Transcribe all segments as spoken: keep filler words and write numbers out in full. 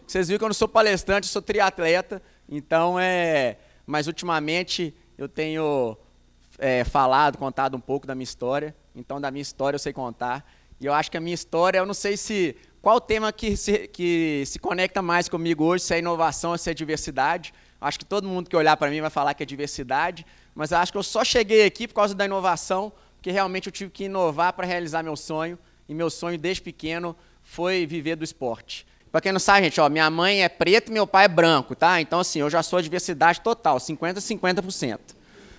Vocês viram que eu não sou palestrante, eu sou triatleta, então é... Mas ultimamente eu tenho é, falado, contado um pouco da minha história, então da minha história eu sei contar. E eu acho que a minha história, eu não sei se... Qual o tema que se, que se conecta mais comigo hoje, se é inovação ou se é diversidade. Acho que todo mundo que olhar para mim vai falar que é diversidade, mas eu acho que eu só cheguei aqui por causa da inovação, porque realmente eu tive que inovar para realizar meu sonho, e meu sonho desde pequeno foi viver do esporte. Para quem não sabe, gente, ó, minha mãe é preta e meu pai é branco, tá? Então, assim, eu já sou a diversidade total, cinquenta a cinquenta por cento.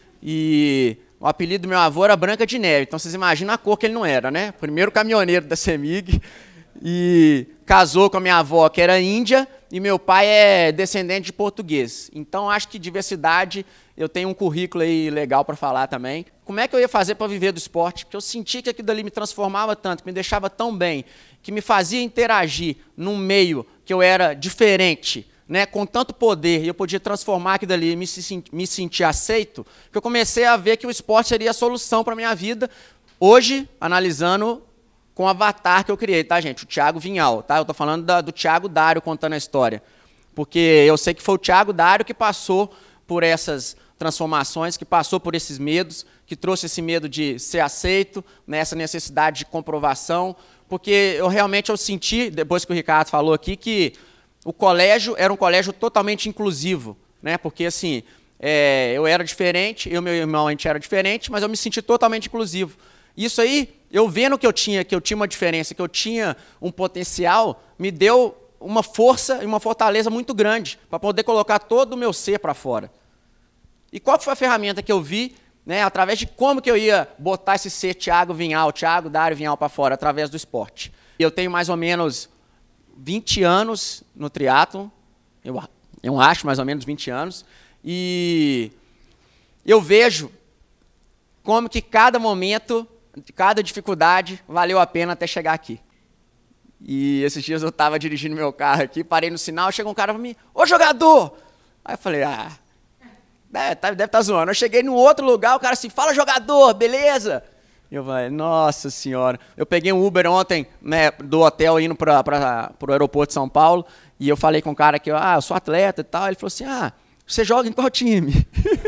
E o apelido do meu avô era Branca de Neve, então vocês imaginam a cor que ele não era, né? Primeiro caminhoneiro da CEMIG, e casou com a minha avó, que era índia, e meu pai é descendente de português. Então, acho que diversidade, eu tenho um currículo aí legal para falar também. Como é que eu ia fazer para viver do esporte? Porque eu senti que aquilo dali me transformava tanto, que me deixava tão bem, que me fazia interagir num meio que eu era diferente, né, com tanto poder, e eu podia transformar aquilo dali e me, me sentir aceito, que eu comecei a ver que o esporte seria a solução para a minha vida. Hoje, analisando com o avatar que eu criei, tá, gente? O Thiago Vinhal, tá? Eu estou falando da, do Thiago Dário contando a história. Porque eu sei que foi o Thiago Dário que passou por essas transformações, que passou por esses medos, que trouxe esse medo de ser aceito, né, essa necessidade de comprovação, porque eu realmente eu senti, depois que o Ricardo falou aqui, que o colégio era um colégio totalmente inclusivo, né? Porque assim, é, eu era diferente, eu e meu irmão a gente era diferente, mas eu me senti totalmente inclusivo. Isso aí, eu vendo que eu tinha, que eu tinha uma diferença, que eu tinha um potencial, me deu uma força e uma fortaleza muito grande para poder colocar todo o meu ser para fora. E qual foi a ferramenta que eu vi, né, através de como que eu ia botar esse ser Thiago Vinhal, Thiago Dário Vinhal para fora, através do esporte? Eu tenho mais ou menos vinte anos no triatlon, eu, eu acho mais ou menos vinte anos, e eu vejo como que cada momento, cada dificuldade valeu a pena até chegar aqui. E esses dias eu estava dirigindo meu carro aqui, parei no sinal, chegou um cara para mim, ô jogador! Aí eu falei, ah, deve estar deve tá zoando. Eu cheguei num outro lugar, o cara assim, fala jogador, beleza? E eu falei, nossa senhora. Eu peguei um Uber ontem, né, do hotel indo para o aeroporto de São Paulo, e eu falei com o cara que, ah, eu sou atleta e tal, ele falou assim, ah, você joga em qual time?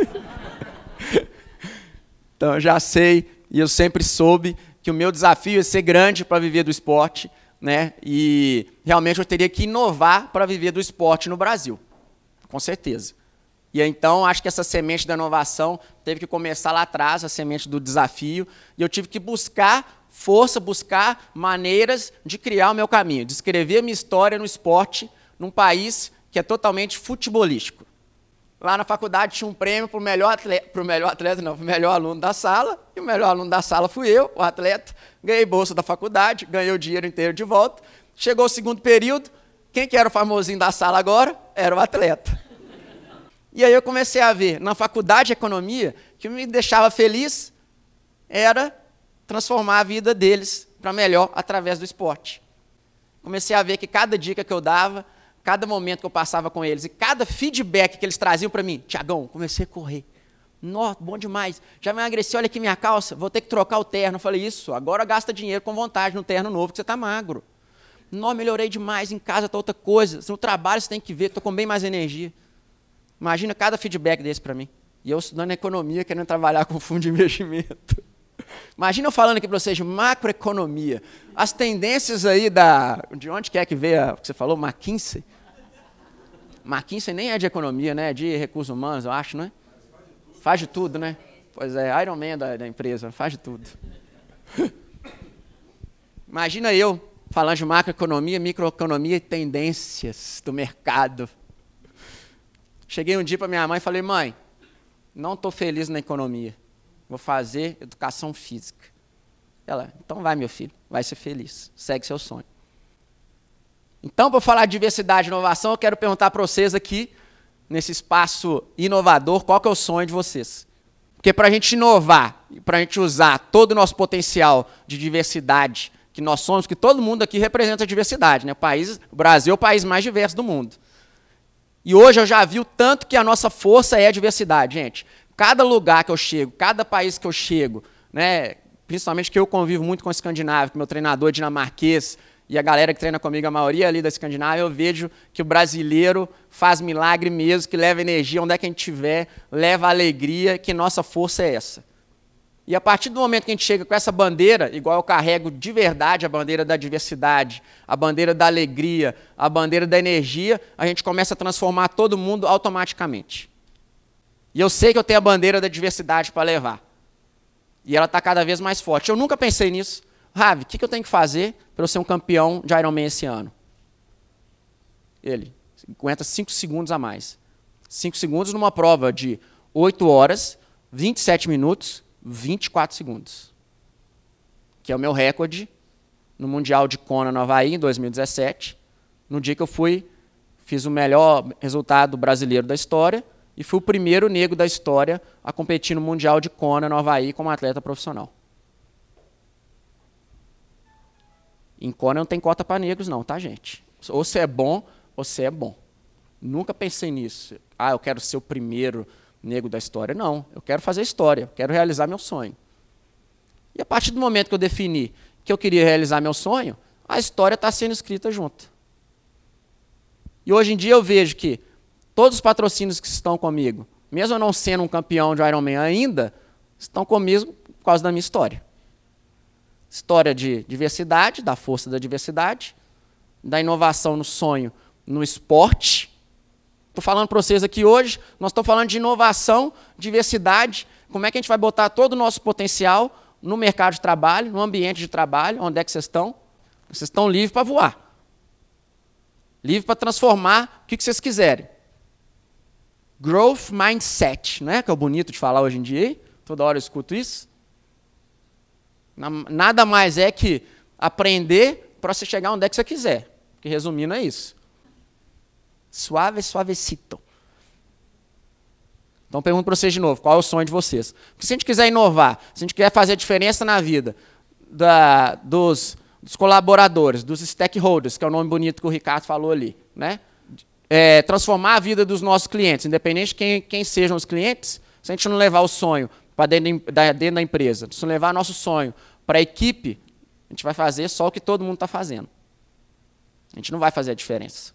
Então eu já sei, e eu sempre soube que o meu desafio é ser grande para viver do esporte, né? E realmente eu teria que inovar para viver do esporte no Brasil, com certeza. E então acho que essa semente da inovação teve que começar lá atrás, a semente do desafio, e eu tive que buscar força, buscar maneiras de criar o meu caminho, de escrever a minha história no esporte, num país que é totalmente futebolístico. Lá na faculdade tinha um prêmio para o melhor atleta, para o melhor atleta não, para o melhor aluno da sala, e o melhor aluno da sala fui eu, o atleta, ganhei bolsa da faculdade, ganhei o dinheiro inteiro de volta, chegou o segundo período, quem que era o famosinho da sala agora? Era o atleta. E aí eu comecei a ver, na faculdade de economia, que me deixava feliz era transformar a vida deles para melhor através do esporte. Comecei a ver que cada dica que eu dava, cada momento que eu passava com eles, e cada feedback que eles traziam para mim, Tiagão, comecei a correr. Nossa, bom demais. Já me emagreci, olha aqui minha calça, vou ter que trocar o terno. Eu falei, isso, agora gasta dinheiro com vontade no terno novo, que você está magro. Não, melhorei demais, em casa está outra coisa. No trabalho você tem que ver, estou com bem mais energia. Imagina cada feedback desse para mim. E eu estudando economia, querendo trabalhar com fundo de investimento. Imagina eu falando aqui para vocês de macroeconomia. As tendências aí da... De onde quer que veja o que você falou? McKinsey? McKinsey nem é de economia, né? É de recursos humanos, eu acho, não é? Faz de tudo, né? Pois é, Iron Man da, da empresa, faz de tudo. Imagina eu falando de macroeconomia, microeconomia e tendências do mercado. Cheguei um dia para minha mãe e falei, mãe, não estou feliz na economia. Vou fazer educação física. Ela, então vai, meu filho, vai ser feliz. Segue seu sonho. Então, para falar de diversidade e inovação, eu quero perguntar para vocês aqui, nesse espaço inovador, qual que é o sonho de vocês? Porque para a gente inovar, para a gente usar todo o nosso potencial de diversidade que nós somos, que todo mundo aqui representa a diversidade, né? O, país, o Brasil é o país mais diverso do mundo. E hoje eu já vi o tanto que a nossa força é a diversidade, gente. Cada lugar que eu chego, cada país que eu chego, né, principalmente que eu convivo muito com o escandinavo, que meu treinador é dinamarquês, e a galera que treina comigo, a maioria ali da Escandinávia, eu vejo que o brasileiro faz milagre mesmo, que leva energia onde é que a gente estiver, leva alegria, que nossa força é essa. E a partir do momento que a gente chega com essa bandeira, igual eu carrego de verdade a bandeira da diversidade, a bandeira da alegria, a bandeira da energia, a gente começa a transformar todo mundo automaticamente. E eu sei que eu tenho a bandeira da diversidade para levar. E ela está cada vez mais forte. Eu nunca pensei nisso. Ravi, o que, que eu tenho que fazer para eu ser um campeão de Ironman esse ano? Ele aguenta cinco segundos a mais. cinco segundos numa prova de oito horas, vinte e sete minutos, vinte e quatro segundos. Que é o meu recorde no Mundial de Kona, no Havaí, em dois mil e dezessete. No dia que eu fui, fiz o melhor resultado brasileiro da história e fui o primeiro negro da história a competir no Mundial de Kona, no Havaí, como atleta profissional. Em Kona não tem cota para negros não, tá, gente? Ou você é bom, ou você é bom. Nunca pensei nisso. Ah, eu quero ser o primeiro negro da história. Não, eu quero fazer história, quero realizar meu sonho. E a partir do momento que eu defini que eu queria realizar meu sonho, a história está sendo escrita junto. E hoje em dia eu vejo que todos os patrocínios que estão comigo, mesmo eu não sendo um campeão de Ironman ainda, estão comigo por causa da minha história. História de diversidade, da força da diversidade, da inovação no sonho, no esporte. Estou falando para vocês aqui hoje, nós estamos falando de inovação, diversidade, como é que a gente vai botar todo o nosso potencial no mercado de trabalho, no ambiente de trabalho, onde é que vocês estão? Vocês estão livres para voar. Livres para transformar o que vocês quiserem. Growth Mindset, não é que é o bonito de falar hoje em dia? Hein? Toda hora eu escuto isso. Nada mais é que aprender para você chegar onde é que você quiser. Que resumindo é isso. Suave, suavecito. Então, pergunto para vocês de novo, qual é o sonho de vocês? Porque se a gente quiser inovar, se a gente quiser fazer a diferença na vida da, dos, dos colaboradores, dos stakeholders, que é o nome bonito que o Ricardo falou ali, né? É, transformar a vida dos nossos clientes, independente de quem, quem sejam os clientes, se a gente não levar o sonho para dentro da, dentro da empresa, se não levar nosso sonho para a equipe, a gente vai fazer só o que todo mundo está fazendo. A gente não vai fazer a diferença.